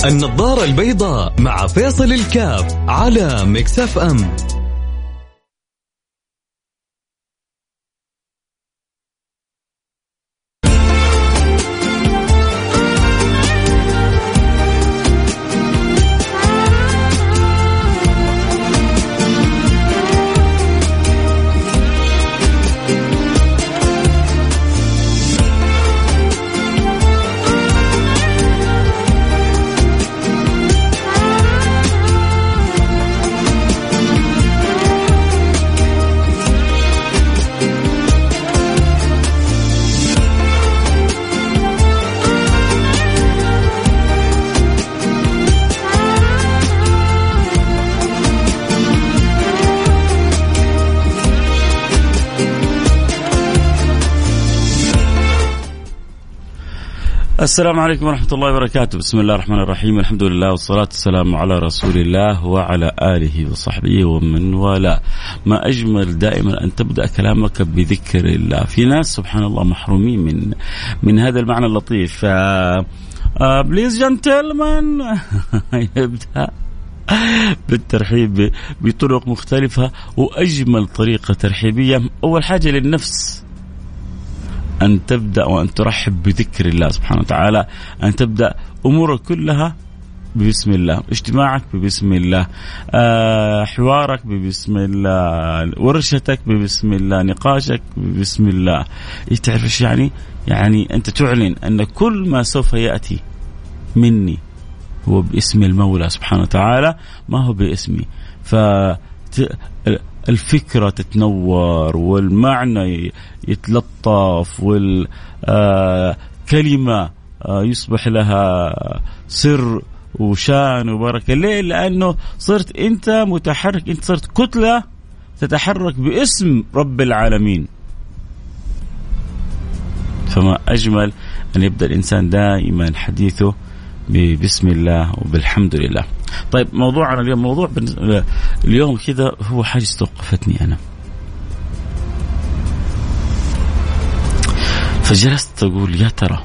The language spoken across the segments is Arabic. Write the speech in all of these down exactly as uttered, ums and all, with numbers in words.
النظارة البيضاء مع فيصل الكاف على ميكس اف ام. السلام عليكم ورحمة الله وبركاته. بسم الله الرحمن الرحيم. الحمد لله والصلاة والسلام على رسول الله وعلى آله وصحبه ومن والاه. ما أجمل دائما أن تبدأ كلامك بذكر الله. في ناس سبحان الله محرومين من من هذا المعنى اللطيف. بليز جنتلمان يبدأ بالترحيب بطرق مختلفة، وأجمل طريقة ترحيبية أول حاجة للنفس أن تبدأ وأن ترحب بذكر الله سبحانه وتعالى، أن تبدأ أمورك كلها ببسم الله، اجتماعك ببسم الله، آه حوارك ببسم الله، ورشتك ببسم الله، نقاشك ببسم الله. تعرف إيش يعني؟ يعني أنت تعلن أن كل ما سوف يأتي مني هو باسم المولى سبحانه وتعالى، ما هو باسمي. ف الفكرة تتنور والمعنى يتلطف والكلمة يصبح لها سر وشان وبركة. ليه؟ لأنه صرت أنت متحرك، أنت صرت كتلة تتحرك باسم رب العالمين. فما أجمل أن يبدأ الإنسان دائما حديثه بسم الله وبالحمد لله. طيب موضوعنا اليوم موضوع اليوم كذا هو حاجة استوقفتني أنا، فجلست أقول يا ترى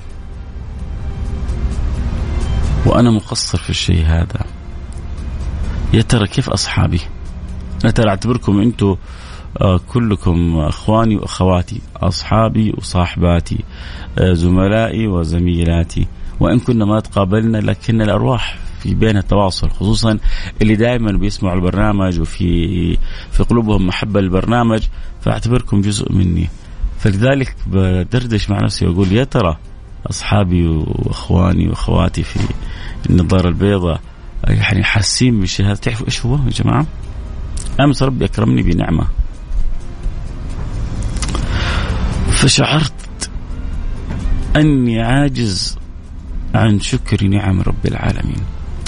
وأنا مقصر في الشيء هذا، يا ترى كيف أصحابي؟ أنا ترى أعتبركم أنتم كلكم أخواني وأخواتي، أصحابي وصاحباتي، زملائي وزميلاتي، وإن كنا ما تقابلنا لكن الأرواح في بينها تواصل، خصوصا اللي دائما بيسمعوا البرنامج وفي في قلوبهم محبة للبرنامج، فاعتبركم جزء مني. فلذلك بدردش مع نفسي وأقول يا ترى أصحابي وأخواني وأخواتي في النظارة البيضاء يعني حاسين بالشيء هذا. تعرفوا إيش هو يا جماعة؟ أمس ربي أكرمني بنعمة، فشعرت أني عاجز عن شكر نعم رب العالمين.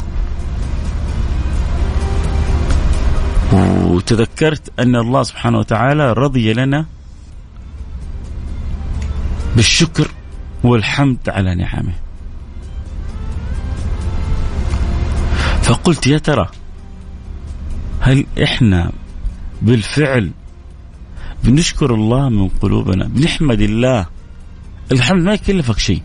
وتذكرت أن الله سبحانه وتعالى رضي لنا بالشكر والحمد على نعمه. فقلت يا ترى هل إحنا بالفعل بنشكر الله من قلوبنا، بنحمد الله؟ الحمد ما يكلفك شيء.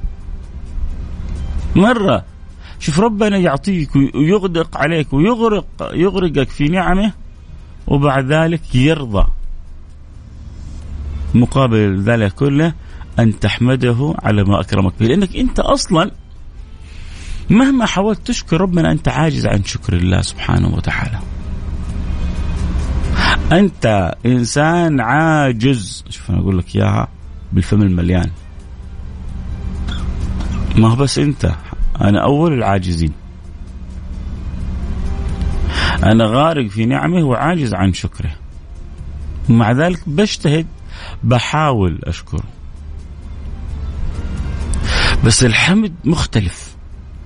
مرة شوف ربنا يعطيك ويغدق عليك ويغرق يغرقك في نعمه، وبعد ذلك يرضى مقابل ذلك كله أن تحمده على ما أكرمك به، لأنك أنت أصلا مهما حاولت تشكر ربنا أنت عاجز عن شكر الله سبحانه وتعالى. أنت إنسان عاجز. شوف أنا أقول لك إياها بالفم المليان، ما هو بس أنت، أنا أول العاجزين، أنا غارق في نعمه وعاجز عن شكره، ومع ذلك بجتهد بحاول أشكره. بس الحمد مختلف.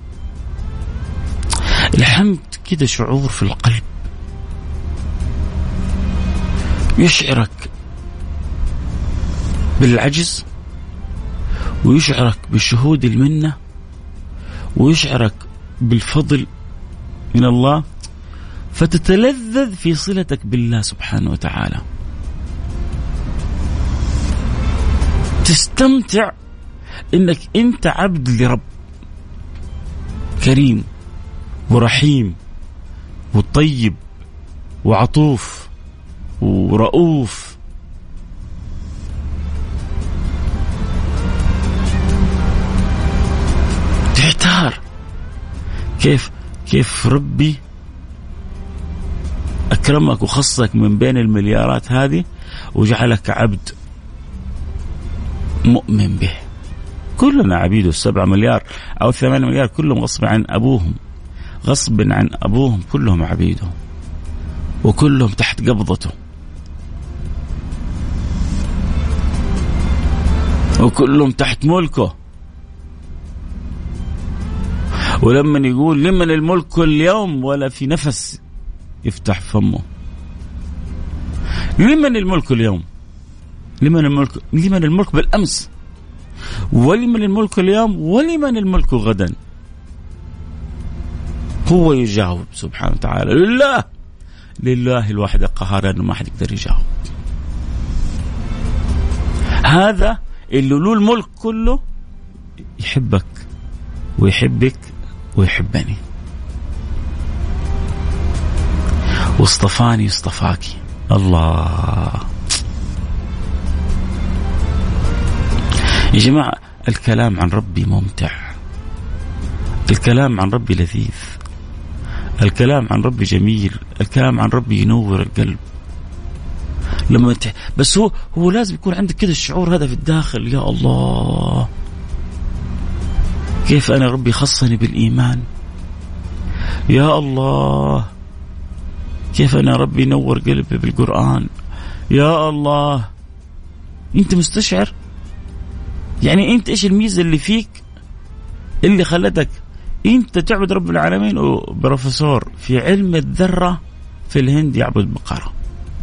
الحمد كده شعور في القلب يشعرك بالعجز، ويشعرك بالشهود المنة، ويشعرك بالفضل من الله، فتتلذذ في صلتك بالله سبحانه وتعالى، تستمتع انك انت عبد لرب كريم ورحيم وطيب وعطوف ورؤوف. تحتار كيف كيف ربي أكرمك وخصك من بين المليارات هذه وجعلك عبد مؤمن به. كلنا عبيده، السبعة مليار أو ثمانية مليار كلهم غصب عن أبوهم، غصب عن أبوهم كلهم عبيده وكلهم تحت قبضته وكلهم تحت ملكه. ولما يقول لمن الملك اليوم ولا في نفس يفتح فمه. لمن الملك اليوم؟ لمن الملك؟ لمن الملك بالأمس، ولمن الملك اليوم، ولمن الملك غدا؟ هو يجاوب سبحانه وتعالى لله، لله الواحد القهار، لأنه ما حد يقدر يجاوب. هذا اللي له الملك كله يحبك ويحبك ويحبني، واصطفاني اصطفاكي. الله يا جماعة، الكلام عن ربي ممتع، الكلام عن ربي لذيذ، الكلام عن ربي جميل، الكلام عن ربي ينور القلب. لما ت... بس هو هو لازم يكون عندك كده الشعور هذا في الداخل، يا الله كيف أنا ربي خصني بالإيمان، يا الله كيف أنا ربي نور قلبي بالقرآن، يا الله. أنت مستشعر يعني أنت إيش الميزة اللي فيك اللي خلتك أنت تعبد رب العالمين وبروفيسور في علم الذرة في الهند يعبد بقرة؟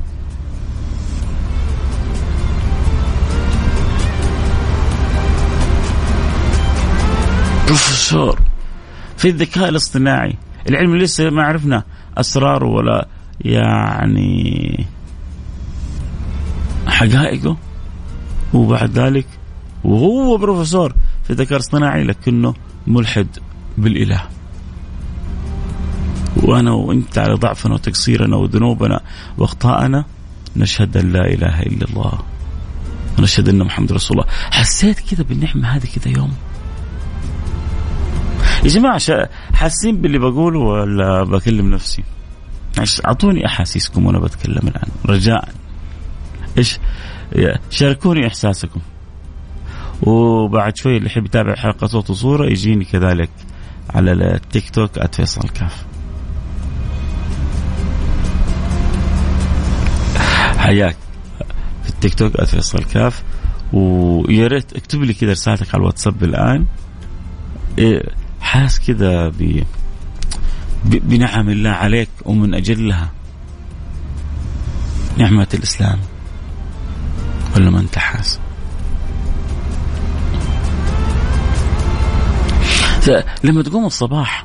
بروفيسور في الذكاء الاصطناعي، العلم لسه ما عرفنا أسراره ولا يعني حقائقه، وبعد ذلك وهو بروفيسور في الذكاء الاصطناعي لكنه ملحد بالإله. وأنا وأنت على ضعفنا وتقصيرنا وذنوبنا وأخطائنا نشهد أن لا إله إلا الله ونشهد أن محمد رسول الله. حسيت كذا بالنعمة هذه كذا يوم يا جماعة؟ حاسين باللي بقوله ولا بكلم نفسي؟ أعطوني أحاسيسكم وأنا بتكلم الآن رجاء. إيش شاركوني إحساسكم، وبعد شوي اللي يحب يتابع حلقة صوت وصورة يجيني كذلك على التيك توك @فيصل الكاف. حياك في التيك توك @فيصل الكاف، ويا ريت اكتب لي كذا رسالتك على الواتساب الآن. حاس كذا ب... ب... بنعم الله عليك، ومن أجلها نعمة الإسلام، ولا ما أنت حاس؟ لما تقوم الصباح،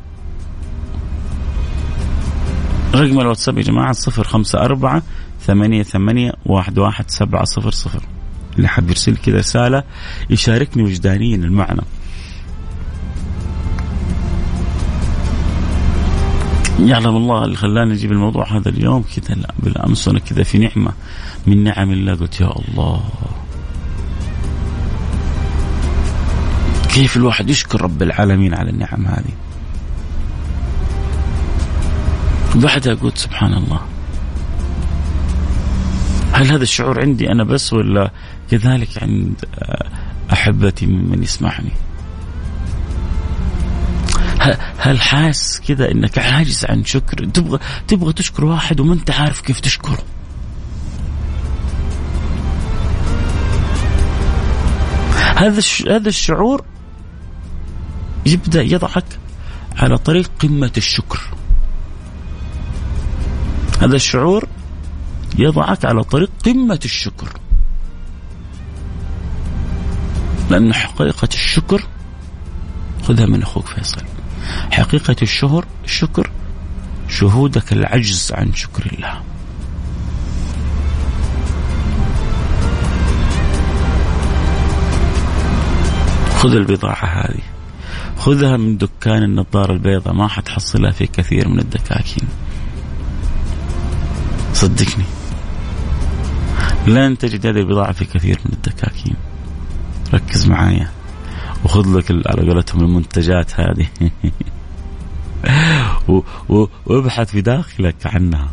رقم الواتساب يا جماعة صفر خمسة أربعة ثمانية ثمانية واحد واحد سبعة صفر صفر. اللي حاب يرسل كذا رسالة يشاركني وجدانيا المعنى. يعلم الله اللي خلاني أجيب الموضوع هذا اليوم كذا، لا بالأمس أنا كذا في نعمة من نعم الله، قلت يا الله كيف الواحد يشكر رب العالمين على النعم هذه. بعدها قلت سبحان الله، هل هذا الشعور عندي أنا بس ولا كذلك عند أحبتي من يسمعني؟ هل حاس كذا إنك عاجز عن شكر؟ تبغى تبغى تشكر واحد وما أنت عارف كيف تشكره. هذا هذا الشعور يبدأ يضعك على طريق قمة الشكر. هذا الشعور يضعك على طريق قمة الشكر، لأن حقيقة الشكر خذها من أخوك فيصل. حقيقة الشهر الشكر شهودك العجز عن شكر الله. خذ البضاعة هذه خذها من دكان النظارة البيضاء، ما حتحصلها في كثير من الدكاكين، صدقني لن تجد هذه البضاعة في كثير من الدكاكين. ركز معايا وخذ لك على قولتهم المنتجات هذه وابحث في داخلك عنها،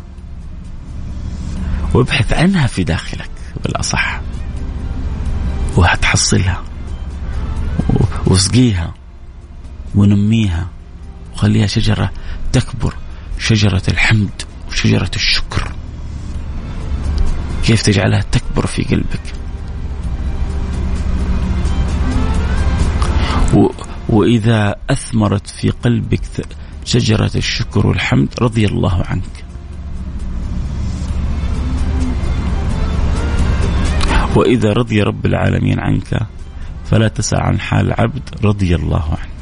وابحث عنها في داخلك بالأصح، وهتحصلها واسقيها ونميها وخليها شجرة تكبر، شجرة الحمد وشجرة الشكر. كيف تجعلها تكبر في قلبك؟ و وإذا أثمرت في قلبك شجرة الشكر والحمد رضي الله عنك. وإذا رضي رب العالمين عنك فلا تسأل عن حال عبد رضي الله عنه.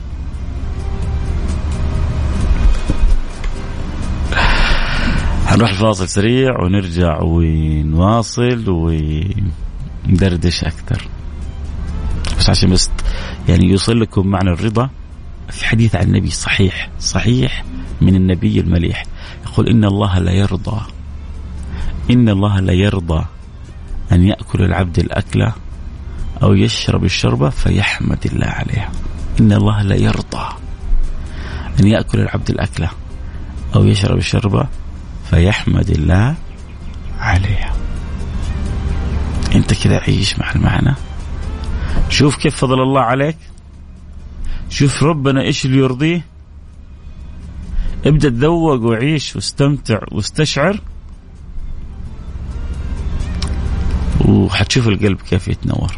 هنروح الفاصل سريع ونرجع ونواصل وندردش أكثر، بس عشان بس يعني يوصل لكم معنى الرضا. في حديث عن النبي صحيح صحيح من النبي المليح يقول إن الله لا يرضى إن الله لا يرضى أن يأكل العبد الأكلة أو يشرب الشربة فيحمد الله عليها. إن الله لا يرضى أن يأكل العبد الأكلة أو يشرب الشربة فيحمد الله عليها. أنت كذا عيش مع المعنى، شوف كيف فضل الله عليك، شوف ربنا إيش اللي يرضيه، ابدأ تذوق وعيش واستمتع واستشعر، وحتشوف القلب كيف يتنور.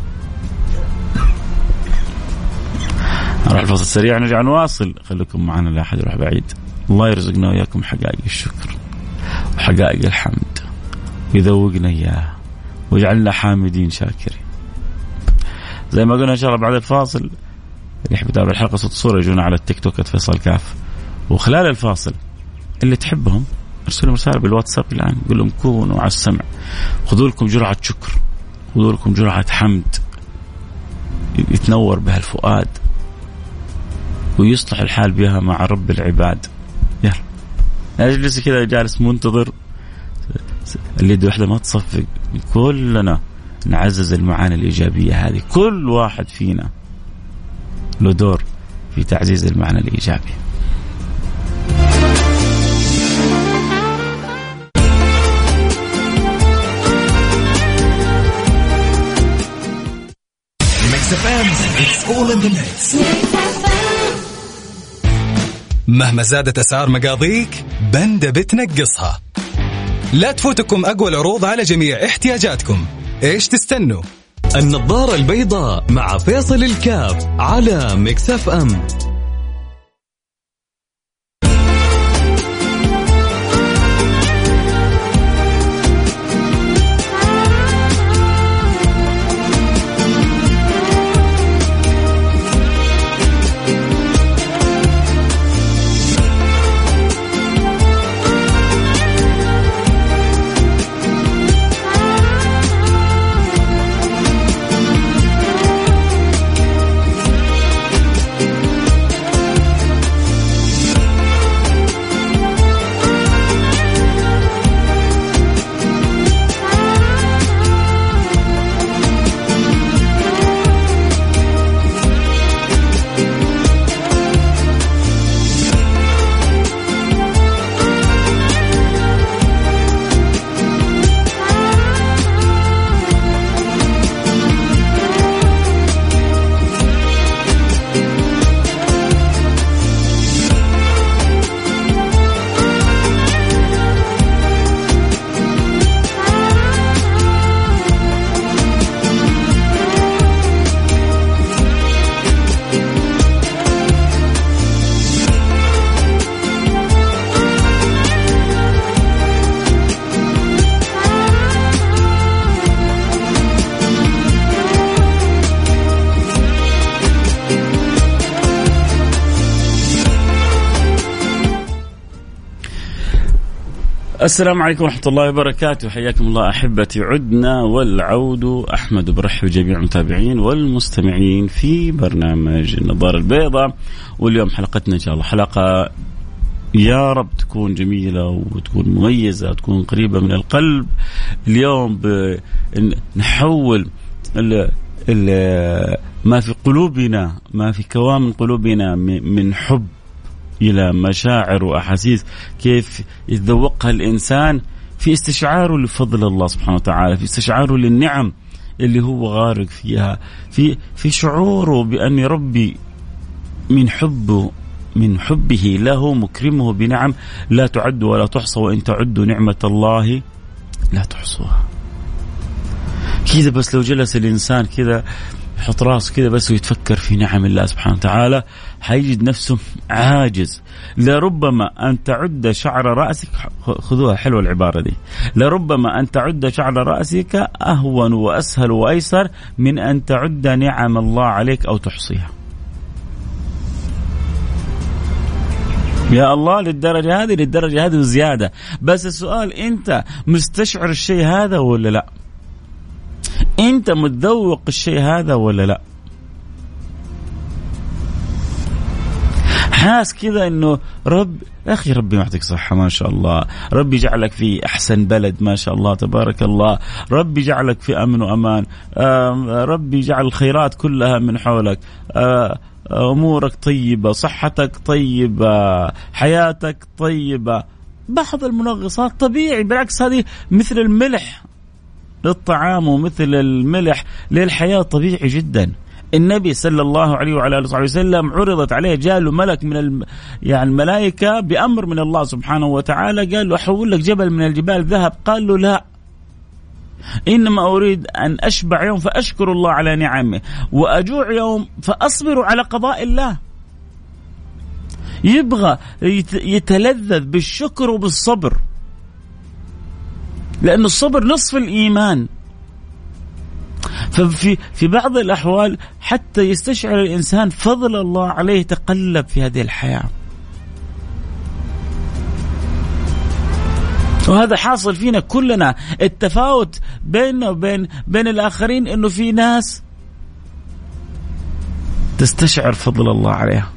نروح الفاصل السريع نرجع نواصل، خليكم معنا لا أحد يروح بعيد. الله يرزقنا وياكم حقائق الشكر وحقائق الحمد ويذوقنا إياه ويجعلنا حامدين شاكرين. زي ما قلنا إن شاء الله بعد الفاصل اللي يحب يتابع الحلقة صوت صورة يجونا على التيك توك @فيصل كاف، وخلال الفاصل اللي تحبهم ارسلوا رسالة بالواتساب الآن قول لهم كونوا على السمع، خذوا لكم جرعة شكر، خذوا لكم جرعة حمد يتنور بها الفؤاد ويصلح الحال بها مع رب العباد. يلا اجلس كذا جالس منتظر اللي يد واحدة ما تصفق. كلنا نعزز المعاني الإيجابية هذه، كل واحد فينا له دور في تعزيز المعنى الإيجابي. مهما زادت أسعار مقاضيك بندا بتنقصها. لا تفوتكم أقوى العروض على جميع احتياجاتكم، إيش تستنوا؟ النظارة البيضاء مع فيصل الكاف على ميكس اف ام. السلام عليكم ورحمة الله وبركاته، حياكم الله أحبتي. عدنا والعود أحمد، برحب جميع المتابعين والمستمعين في برنامج النظارة البيضاء. واليوم حلقتنا إن شاء الله حلقة يا رب تكون جميلة وتكون مميزة وتكون قريبة من القلب. اليوم نحول ال ال ما في قلوبنا، ما في كوامن قلوبنا من حب إلى مشاعر وأحاسيس، كيف يتذوقها الإنسان في استشعاره لفضل الله سبحانه وتعالى، في استشعاره للنعم اللي هو غارق فيها، في في شعوره بأن ربي من حبه من حبه له مكرمه بنعم لا تعد ولا تحصى، وإن تعدوا نعمة الله لا تحصوها. كذا بس لو جلس الإنسان كذا يحط راسه كذا بس ويتفكر في نعم الله سبحانه وتعالى، حيجد نفسه عاجز. لربما أن تعد شعر رأسك، خذوها حلوة العبارة دي، لربما أن تعد شعر رأسك أهون وأسهل وأيسر من أن تعد نعم الله عليك أو تحصيها. يا الله، للدرجة هذه للدرجة هذه وزيادة. بس السؤال، أنت مستشعر الشيء هذا ولا لا؟ أنت متذوق الشيء هذا ولا لا؟ حاس كذا إنه رب أخي ربي يعطيك صحة ما شاء الله، ربي جعلك في أحسن بلد ما شاء الله تبارك الله، ربي جعلك في أمن وأمان، ربي جعل الخيرات كلها من حولك، أمورك طيبة، صحتك طيبة، حياتك طيبة. بعض المنغصات طبيعي، بالعكس هذه مثل الملح للطعام ومثل الملح للحياة، طبيعي جدا. النبي صلى الله عليه وعلى آله وصحبه وسلم عرضت عليه، جاء ملك من الم... يعني الملائكة بأمر من الله سبحانه وتعالى، قال له أحول لك جبل من الجبال ذهب، قال له لا، إنما أريد أن أشبع يوم فأشكر الله على نعمه، وأجوع يوم فأصبر على قضاء الله. يبغى يتلذذ بالشكر وبالصبر، لأن الصبر نصف الإيمان. ففي في بعض الأحوال حتى يستشعر الإنسان فضل الله عليه تقلب في هذه الحياة. وهذا حاصل فينا كلنا. التفاوت بيننا وبين بين الآخرين إنه في ناس تستشعر فضل الله عليها،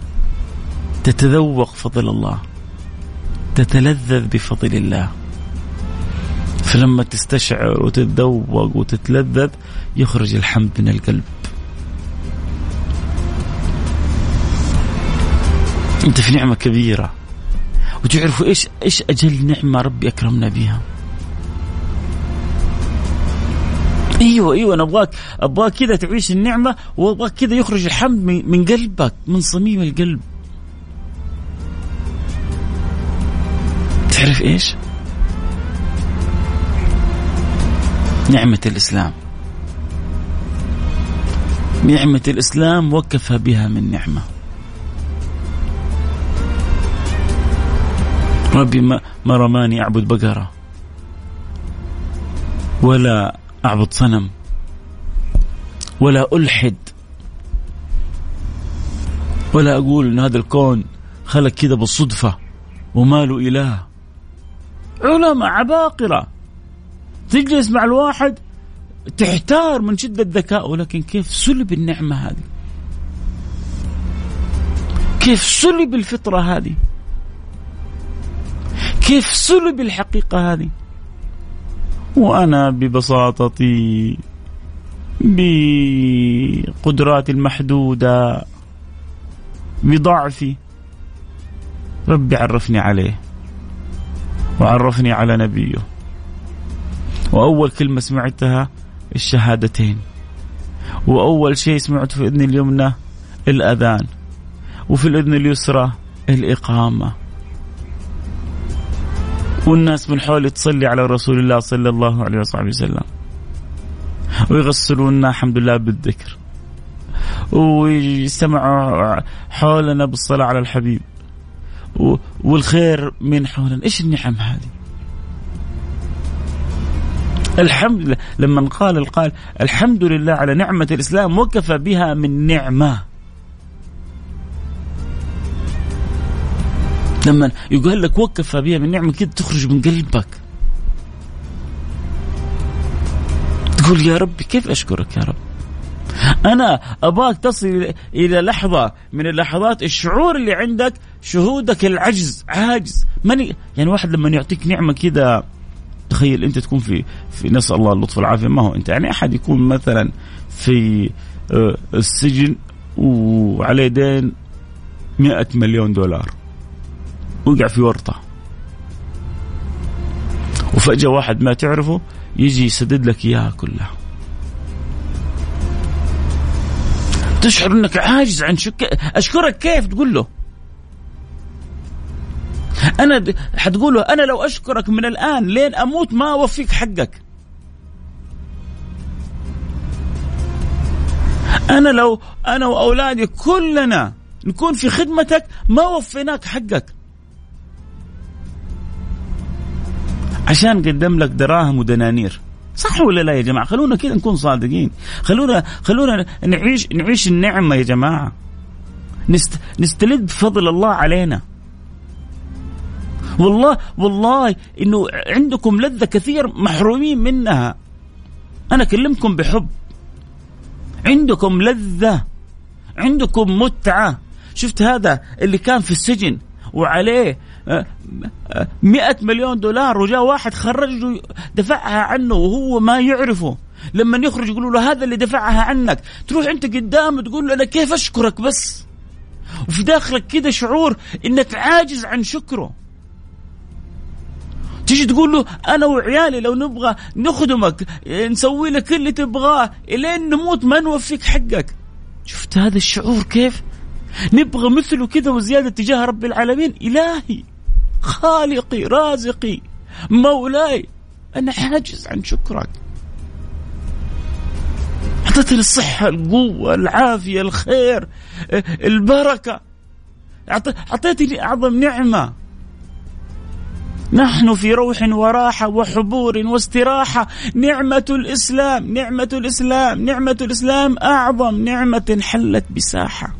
تتذوق فضل الله، تتلذذ بفضل الله. فلما تستشعر وتتذوق وتتلذذ يخرج الحمد من القلب. أنت في نعمة كبيرة، وتعرفوا إيش إيش أجل نعمة ربي أكرمنا بها. أيوة أيوة أنا أبغاك أبغاك كذا تعيش النعمة، وأبغاك كذا يخرج الحمد من قلبك، من صميم القلب. تعرف إيش؟ نعمة الإسلام. نعمة الإسلام وكفى بها من نعمة. ربي ما, ما رماني أعبد بقرة ولا أعبد صنم ولا ألحد ولا أقول إن هذا الكون خلق كذا بالصدفة وما له إله. علماء عباقرة تجلس مع الواحد تحتار من شدة ذكاء، ولكن كيف سلب النعمة هذه، كيف سلب الفطرة هذه، كيف سلب الحقيقة هذه. وأنا ببساطتي بقدراتي المحدودة بضعفي ربي عرفني عليه وعرفني على نبيه، وأول كلمة سمعتها الشهادتين، وأول شيء سمعته في الأذن اليمنى الأذان، وفي الأذن اليسرى الإقامة، والناس من حولي تصلي على رسول الله صلى الله عليه وسلم، ويغسلوننا الحمد لله بالذكر، ويستمعوا حولنا بالصلاة على الحبيب، والخير من حولنا. إيش النعم هذه؟ الحمد لله. لما قال القال الحمد لله على نعمة الإسلام وكفى بها من نعمة. لما يقول لك وكفى بها من نعمة كده تخرج من قلبك، تقول يا ربي كيف أشكرك يا رب. أنا أباك تصل إلى لحظة من اللحظات الشعور اللي عندك شهودك العجز، عاجز من يعني واحد لما يعطيك نعمة كده، تخيل أنت تكون في في نسأل الله اللطف والعافية، ما هو أنت يعني أحد يكون مثلا في السجن وعليه دين مئة مليون دولار وقع في ورطة، وفجأة واحد ما تعرفه يجي يسدد لك إياها كلها، تشعر أنك عاجز عن شك... أشكرك كيف تقول له؟ أنا د... حتقول له أنا لو أشكرك من الآن لين أموت ما أوفيك حقك. أنا لو أنا وأولادي كلنا نكون في خدمتك ما وفيناك حقك، عشان قدم لك دراهم ودنانير. صح ولا لا يا جماعة؟ خلونا كده نكون صادقين، خلونا خلونا نعيش نعيش النعمة يا جماعة، نست نستلذ بفضل الله علينا. والله والله إنه عندكم لذة كثير محرومين منها. أنا أكلمكم بحب، عندكم لذة، عندكم متعة. شفت هذا اللي كان في السجن وعليه مئة مليون دولار وجاء واحد خرجه دفعها عنه وهو ما يعرفه، لما يخرج يقولوا له هذا اللي دفعها عنك، تروح انت قدامه تقول له انا كيف اشكرك بس، وفي داخلك كده شعور انك عاجز عن شكره. تيجي تقول له انا وعيالي لو نبغى نخدمك نسوي لك اللي تبغاه الين نموت ما نوفيك حقك. شفت هذا الشعور كيف؟ نبغى مثله كذا وزيادة تجاه رب العالمين. إلهي خالقي رازقي مولاي أنا حاجز عن شكرك، أعطيتني الصحة القوة العافية الخير البركة، أعطيتني أعظم نعمة. نحن في روح وراحة وحبور واستراحة. نعمة الإسلام نعمة الإسلام نعمة الإسلام أعظم نعمة حلت بساحة.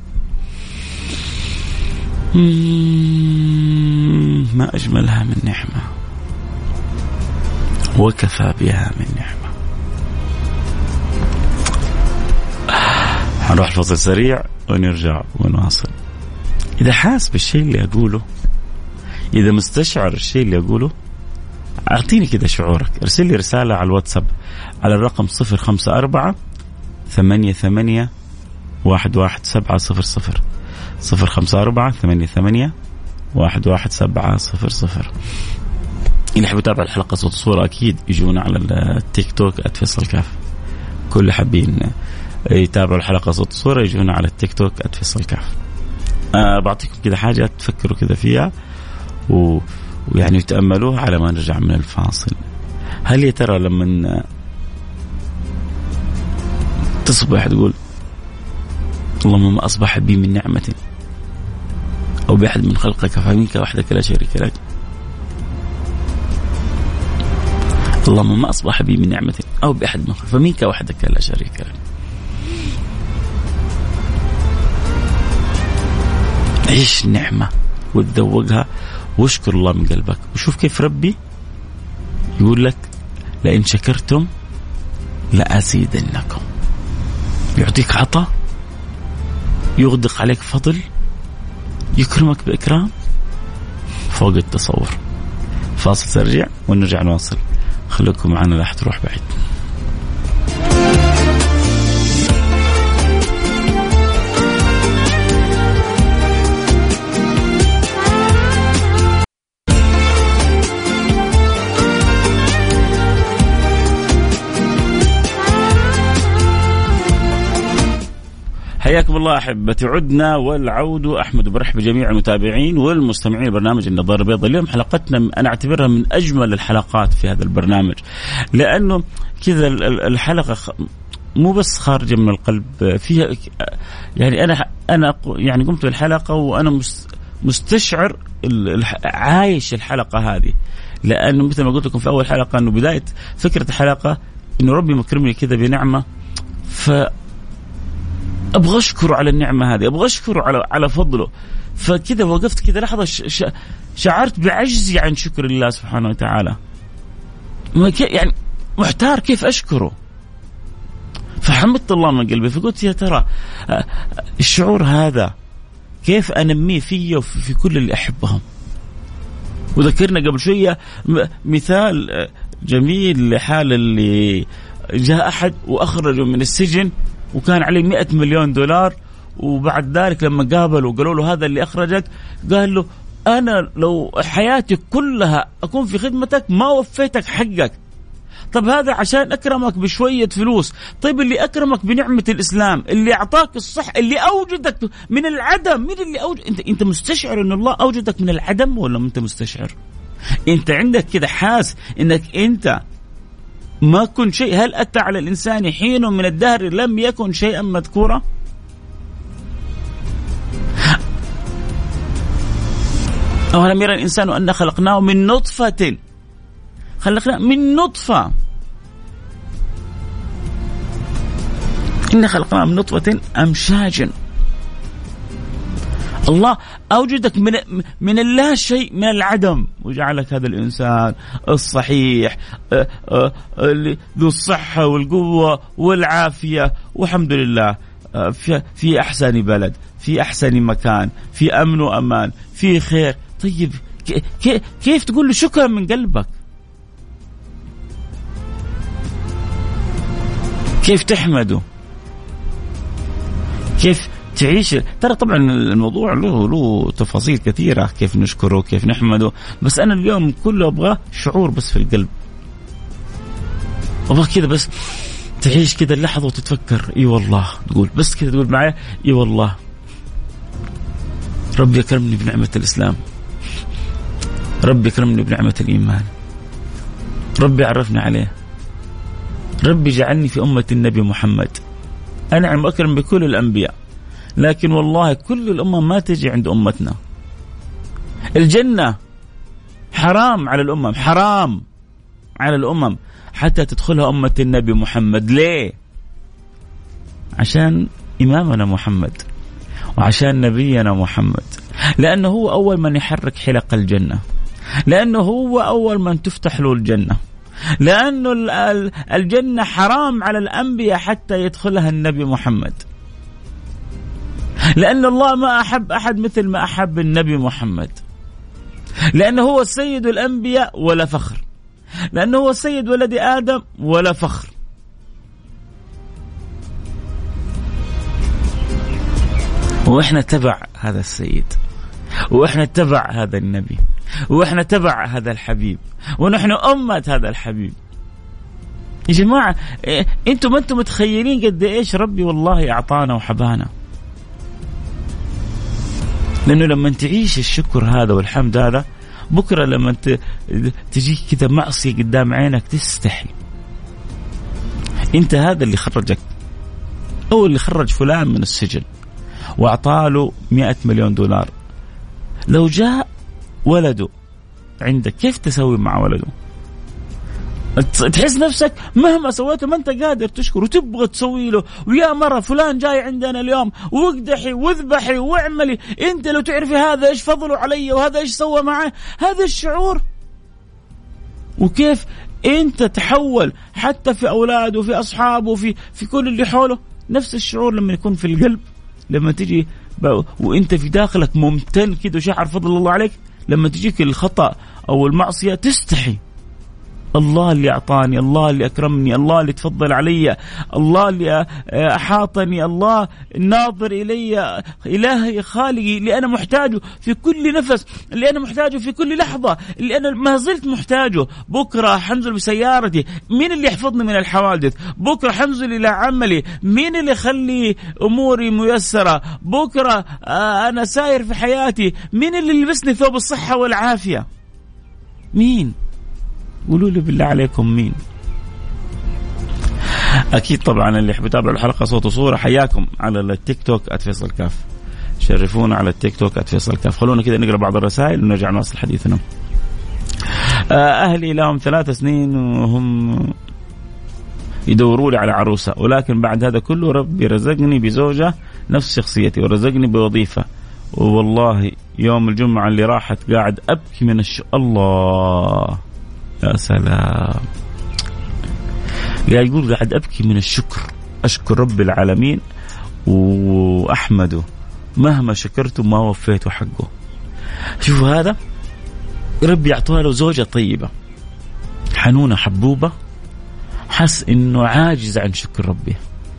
ما أجملها من نعمة وكفى بها من نعمة. هنروح الفصل سريع ونرجع ونواصل. إذا حاس بالشيء اللي أقوله، إذا مستشعر الشيء اللي أقوله، أعطيني كده شعورك. ارسل لي رسالة على الواتساب على الرقم صفر خمسة أربعة ثمانية ثمانية واحد واحد سبعة صفر صفر صفر خمسة أربعة ثمانية ثمانية واحد واحد سبعة صفر صفر. اللي يحب يتابع الحلقة صوت صورة أكيد يجونا على التيك توك @فيصل كاف. كل حابين يتابعوا الحلقة صوت صورة يجونا على التيك توك @فيصل كاف. أه بعطيكم كده حاجة تفكروا كده فيها و... ويعني يتأملوها على ما نرجع من الفاصل. هل يا ترى لما تصبح تقول اللهم ما أصبح بي من نعمة أو بأحد من خلقك فمنك وحدك لا شريك لك، اللهم ما أصبح بي من نعمة أو بأحد من خلقك فمنك وحدك لا شريك لك. عيش النعمة وتذوقها واشكر الله من قلبك، وشوف كيف ربي يقول لك لئن شكرتم لأزيدنكم. يعطيك عطاء، يغدق عليك فضل، يكرمك بإكرام فوق التصور. فاصل سريع ونرجع نواصل. خليكم معنا لا تروح بعيد. حياكم الله أحبتي، عدنا والعود. أحمد وبرحب بجميع المتابعين والمستمعين برنامج النظارة البيضاء. اليوم حلقتنا أنا أعتبرها من أجمل الحلقات في هذا البرنامج، لأنه كذا الحلقة مو بس خارجة من القلب، فيها يعني أنا أنا يعني قمت بالحلقة وأنا مستشعر عايش الحلقة هذه، لأنه مثل ما قلت لكم في أول حلقة أنه بداية فكرة الحلقة إنه ربي مكرمني كذا بنعمة، ف أبغى أشكره على النعمة هذه، أبغى أشكره على على فضله. فكذا وقفت كذا لحظة شعرت بعجزي عن شكر الله سبحانه وتعالى، يعني محتار كيف أشكره. فحمدت الله من قلبي، فقلت يا ترى الشعور هذا كيف أنميه فيه وفي كل اللي أحبهم. وذكرنا قبل شوية مثال جميل لحال اللي جاء أحد وأخرجه من السجن وكان عليه مئة مليون دولار، وبعد ذلك لما قابلوا وقالوا له هذا اللي أخرجك، قال له أنا لو حياتي كلها أكون في خدمتك ما وفيتك حقك. طب هذا عشان أكرمك بشوية فلوس. طيب اللي أكرمك بنعمة الإسلام، اللي أعطاك الصح، اللي أوجدك من العدم، مين اللي أوجد؟ أنت أنت مستشعر إن الله أوجدك من العدم ولا أنت مستشعر؟ أنت عندك كده حاس إنك أنت ما كنت شيء. هل أتى على الإنسان حين من الدهر لم يكن شيئا مذكورا؟ أولم يرى الإنسان أن خلقناه من نطفة، خلقناه من نطفة، إن خلقناه من نطفة أمشاج. الله أوجدك من من اللا شيء، من العدم، وجعلك هذا الإنسان الصحيح ذو الصحة والقوة والعافية، والحمد لله في في أحسن بلد، في أحسن مكان، في أمن وأمان، في خير. طيب كيف تقول له شكرا من قلبك؟ كيف تحمده؟ كيف تعيش؟ ترى طبعا الموضوع له له تفاصيل كثيرة، كيف نشكره، كيف نحمده، بس أنا اليوم كله أبغاه شعور بس في القلب. أبغى كذا بس تعيش كذا اللحظة وتتفكر إي والله، تقول بس كذا، تقول معايا إي والله ربي أكرمني بنعمة الإسلام، ربي أكرمني بنعمة الإيمان، ربي عرفني عليه، ربي جعلني في أمة النبي محمد. أنعم وأكرم بكل الأنبياء، لكن والله كل الأمة ما تجي عند أمتنا. الجنة حرام على الأمم، حرام على الأمم حتى تدخلها أمة النبي محمد. ليه؟ عشان إمامنا محمد وعشان نبينا محمد، لأنه هو أول من يحرك حلق الجنة، لأنه هو أول من تفتح له الجنة، لأنه الجنة حرام على الأنبياء حتى يدخلها النبي محمد، لأن الله ما أحب أحد مثل ما أحب النبي محمد، لأنه هو سيد الأنبياء ولا فخر، لأنه هو سيد ولد آدم ولا فخر. وإحنا تبع هذا السيد، وإحنا تبع هذا النبي، وإحنا تبع هذا الحبيب، ونحن أمة هذا الحبيب. يا جماعة إيه أنتم ما أنتم متخيلين قد إيش ربي والله أعطانا وحبانا. لأنه لما تعيش الشكر هذا والحمد هذا، بكرة لما تجيك كذا معصية قدام عينك تستحي. أنت هذا اللي خرجك، أو اللي خرج فلان من السجن وأعطاله مئة مليون دولار. لو جاء ولده عندك كيف تسوي مع ولده؟ تحس نفسك مهما سويته ما أنت قادر تشكر، وتبغى تسوي له، ويا مرة فلان جاي عندنا اليوم واقدحي واذبحي واعملي، أنت لو تعرفي هذا إيش فضله علي وهذا إيش سوى معه. هذا الشعور. وكيف أنت تحول حتى في أولاده وفي أصحابه وفي في كل اللي حوله. نفس الشعور لما يكون في القلب، لما تجي وانت في داخلك ممتن كده وشعر فضل الله عليك، لما تجيك الخطأ أو المعصية تستحي. الله اللي أعطاني، الله اللي أكرمني، الله اللي تفضل علي، الله اللي أحاطني، الله الناظر إلي، إلهي خالقي اللي أنا محتاجه في كل نفس، اللي أنا محتاجه في كل لحظة، اللي أنا ما زلت محتاجه. بكرة حنزل بسيارتي، مين اللي يحفظني من الحوادث؟ بكرة حنزل إلى عملي، مين اللي يخلي أموري ميسرة؟ بكرة أنا ساير في حياتي، مين اللي يلبسني ثوب الصحة والعافية؟ مين؟ قولوا لي بالله عليكم مين؟ أكيد طبعا اللي يحب يتابع الحلقة صوت وصورة حياكم على التيك توك @فيصل كاف، شرفونا على التيك توك @فيصل كاف. خلونا كده نقرأ بعض الرسائل ونرجع نواصل حديثنا. أهلي لهم ثلاث سنين وهم يدوروا لي على عروسة، ولكن بعد هذا كله ربي رزقني بزوجة نفس شخصيتي ورزقني بوظيفة والله يوم الجمعة اللي راحت قاعد أبكي من الش... الله يا سلام، قاعد يقول قاعد أبكي من الشكر، أشكر رب العالمين وأحمده مهما شكرته ما وفيته حقه. شوفوا هذا ربي يعطوها له زوجة طيبة حنونة حبوبة، حس إنه عاجز عن شكر ربه.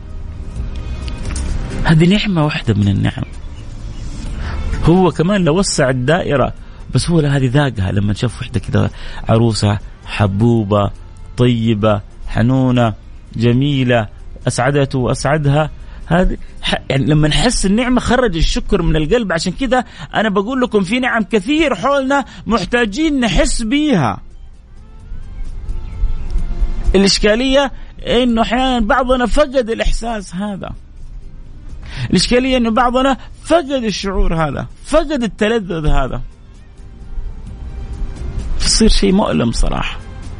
هذه نعمة واحدة من النعم. هو كمان لو وسع الدائرة، بس هو هذه ذاقها لما شاف وحدة كده عروسة حبوبة طيبة حنونة جميلة أسعدته وأسعدها. هذا يعني لما نحس النعمة خرج الشكر من القلب. عشان كده أنا بقول لكم في نعم كثير حولنا محتاجين نحس بيها. الإشكالية إنه أحيانا بعضنا فقد الإحساس هذا. الإشكالية إنه بعضنا فقد الشعور هذا، فقد التلذذ هذا، يصير شيء مؤلم صراحة.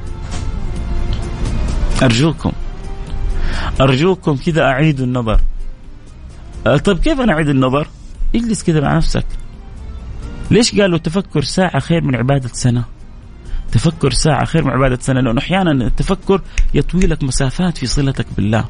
أرجوكم أرجوكم كذا أعيدوا النظر. طيب كيف أنا أعيد النظر؟ اجلس كذا مع نفسك. ليش قالوا تفكر ساعة خير من عبادة سنة؟ تفكر ساعة خير من عبادة سنة، لأنه أحيانا التفكر يطوي لك مسافات في صلتك بالله.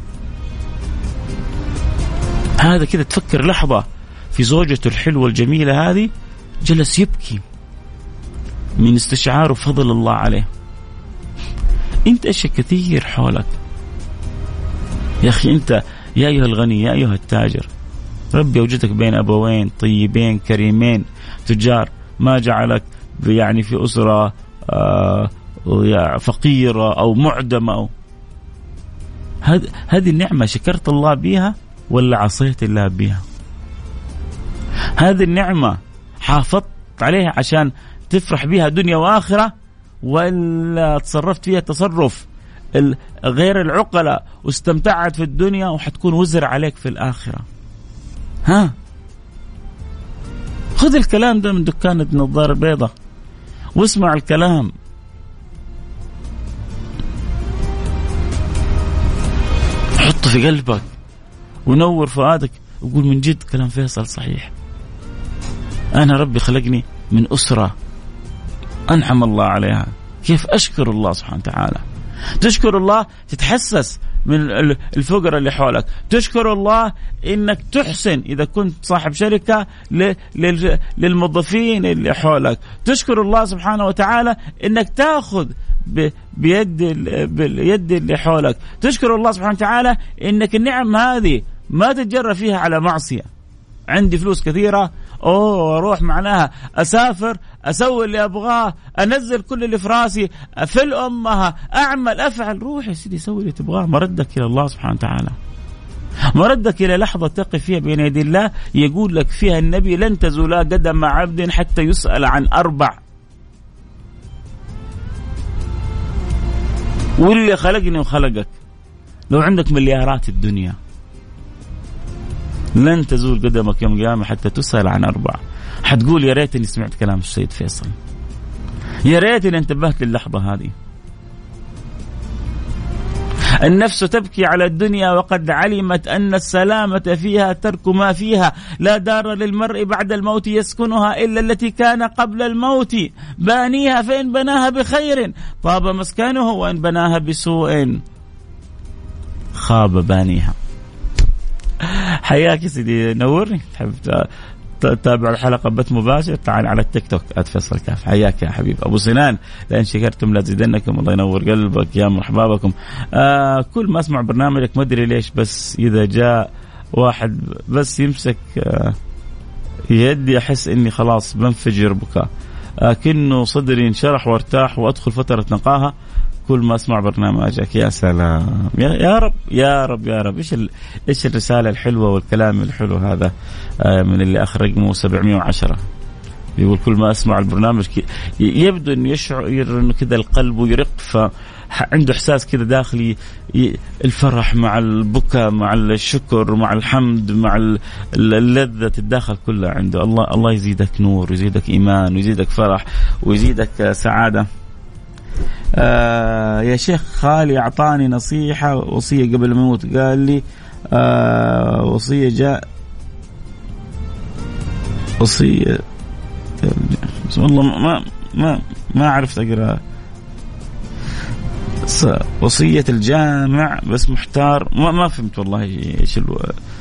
هذا كذا تفكر لحظة في زوجته الحلوة الجميلة هذه، جلس يبكي من استشعاره فضل الله عليه. انت اشياء كثير حولك يا أخي. أنت يا أيها الغني يا أيها التاجر، ربي أوجدك بين أبوين طيبين كريمين تجار، ما جعلك يعني في أسرة آه فقيرة أو معدمة أو هذه النعمة شكرت الله بها ولا عصيت الله بها؟ هذه النعمة حافظت عليها عشان تفرح بها دنيا وآخرة، ولا تصرفت فيها تصرف غير العقلة واستمتعت في الدنيا وحتكون وزر عليك في الآخرة؟ ها، خذ الكلام ده من دكانة نظارة بيضة واسمع الكلام. حطه في قلبك ونور فؤادك وقول من جد كلام فيصل صحيح. أنا ربي خلقني من أسرة أنعم الله عليها. كيف أشكر الله سبحانه وتعالى؟ تشكر الله تتحسس من الفقراء اللي حولك، تشكر الله إنك تحسن إذا كنت صاحب شركة للموظفين اللي حولك، تشكر الله سبحانه وتعالى إنك تأخذ بيد باليد اللي حولك، تشكر الله سبحانه وتعالى إنك النعم هذه ما تتجرى فيها على معصية. عندي فلوس كثيرة، أوه أروح معناها أسافر أسوي اللي أبغاه، أنزل كل اللي في راسي، أفل أمها، أعمل أفعل. روح يا سيدي سوي اللي تبغاه. مردك إلى الله سبحانه وتعالى، مردك إلى لحظة تقف فيها بين يدي الله يقول لك فيها النبي لن تزولا قدم عبد حتى يسأل عن أربع. واللي خلقني وخلقك لو عندك مليارات الدنيا لن تزول قدمك يوم القيامة حتى تسأل عن أربع. حتقول يا ريتني سمعت كلام السيد فيصل، يا ريتني انتبهت للحظة هذه. النفس تبكي على الدنيا وقد علمت أن السلامة فيها ترك ما فيها. لا دار للمرء بعد الموت يسكنها إلا التي كان قبل الموت. بانيها فإن بناها بخير طاب مسكنه، وإن بناها بسوء خاب بانيها. حياك سيدي، نورني. تحب تتابع الحلقة بث مباشر تعال على التيك توك @فيصل كاف. حياك يا حبيب أبو سنان، لأن شكرتم لازيدنكم. الله ينور قلبك، يا مرحبا بكم. آه كل ما أسمع برنامجك ما أدري ليش، بس إذا جاء واحد بس يمسك آه يدي أحس إني خلاص بنفجر بكاء، لكنه صدري انشرح وارتاح وأدخل فترة نقاهة كل ما أسمع برنامجك. يا سلام، يا رب يا رب يا رب. إيش إيش الرسالة الحلوة والكلام الحلو هذا من اللي آخر رقمه سبعمائة وعشرة. بيقول كل ما أسمع البرنامج يبدو إنه يشعر إنه كذا القلب يرق، فعنده إحساس كذا داخلي، الفرح مع البكاء مع الشكر مع الحمد مع اللذة الداخل كلها عنده. الله الله يزيدك نور ويزيدك إيمان ويزيدك فرح ويزيدك سعادة. آه يا شيخ خالي أعطاني نصيحة وصية قبل ما يموت، قال لي آه وصية جاء وصية والله ما ما ما عرفت أقرأ. وصية الجامع بس محتار ما ما فهمت والله إيش الو...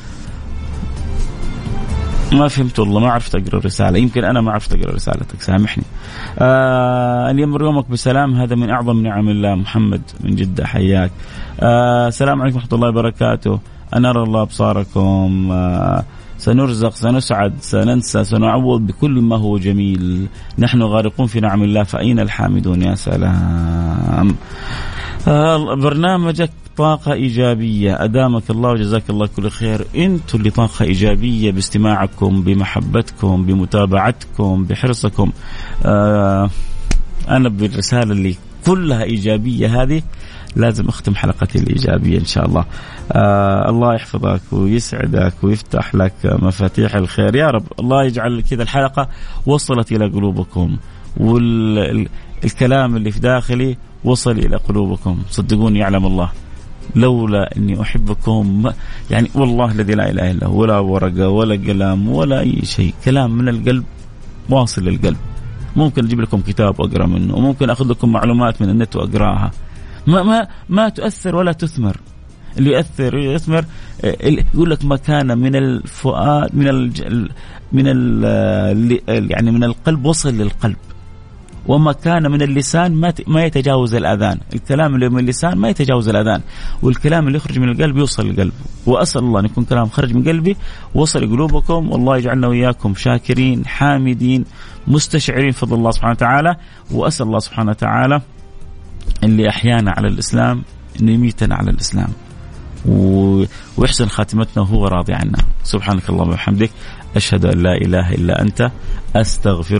ما فهمت والله ما عرفت أقرأ الرسالة. يمكن أنا ما عرفت أقرأ رسالتك سامحني. آه أن يمر يومك بسلام هذا من أعظم نعم الله. محمد من جدة حياك. آه السلام عليكم ورحمة الله وبركاته. أنار الله أبصاركم. آه سنرزق سنسعد سننسى سنعوض بكل ما هو جميل. نحن غارقون في نعم الله فأين الحامدون. يا سلام. آه برنامجك طاقة إيجابية أدامك الله وجزاك الله كل خير. أنتوا اللي طاقة إيجابية باستماعكم بمحبتكم بمتابعتكم بحرصكم. آه أنا بالرسالة اللي كلها إيجابية هذه لازم أختم حلقتي الإيجابية إن شاء الله. آه الله يحفظك ويسعدك ويفتح لك مفاتيح الخير يا رب. الله يجعل كذا الحلقة وصلت إلى قلوبكم والكلام اللي في داخلي وصل إلى قلوبكم. صدقوني يعلم الله لولا أني أحبكم يعني والله الذي لا إله إلا هو ولا ورقة ولا قلم ولا أي شيء. كلام من القلب واصل للقلب. ممكن أجيب لكم كتاب وأقرأ منه وممكن أخذ لكم معلومات من النت وأقرأها. ما ما ما تؤثر ولا تثمر. اللي يؤثر يثمر يقول لك ما كان من الفؤاد من ال من ال يعني من القلب وصل للقلب وما كان من اللسان ما ما يتجاوز الأذان. الكلام اللي من اللسان ما يتجاوز الأذان والكلام اللي يخرج من القلب يوصل للقلب. وأسأل الله أن يكون كلام خرج من قلبي وصل لقلوبكم. والله يجعلنا وإياكم شاكرين حامدين مستشعرين فضل الله سبحانه وتعالى. وأسأل الله سبحانه وتعالى اللي أحيانا على الإسلام أن يميتنا على الإسلام ويحسن خاتمتنا وهو راضي عنا. سبحانك اللهم وبحمدك أشهد أن لا إله إلا أنت أستغفر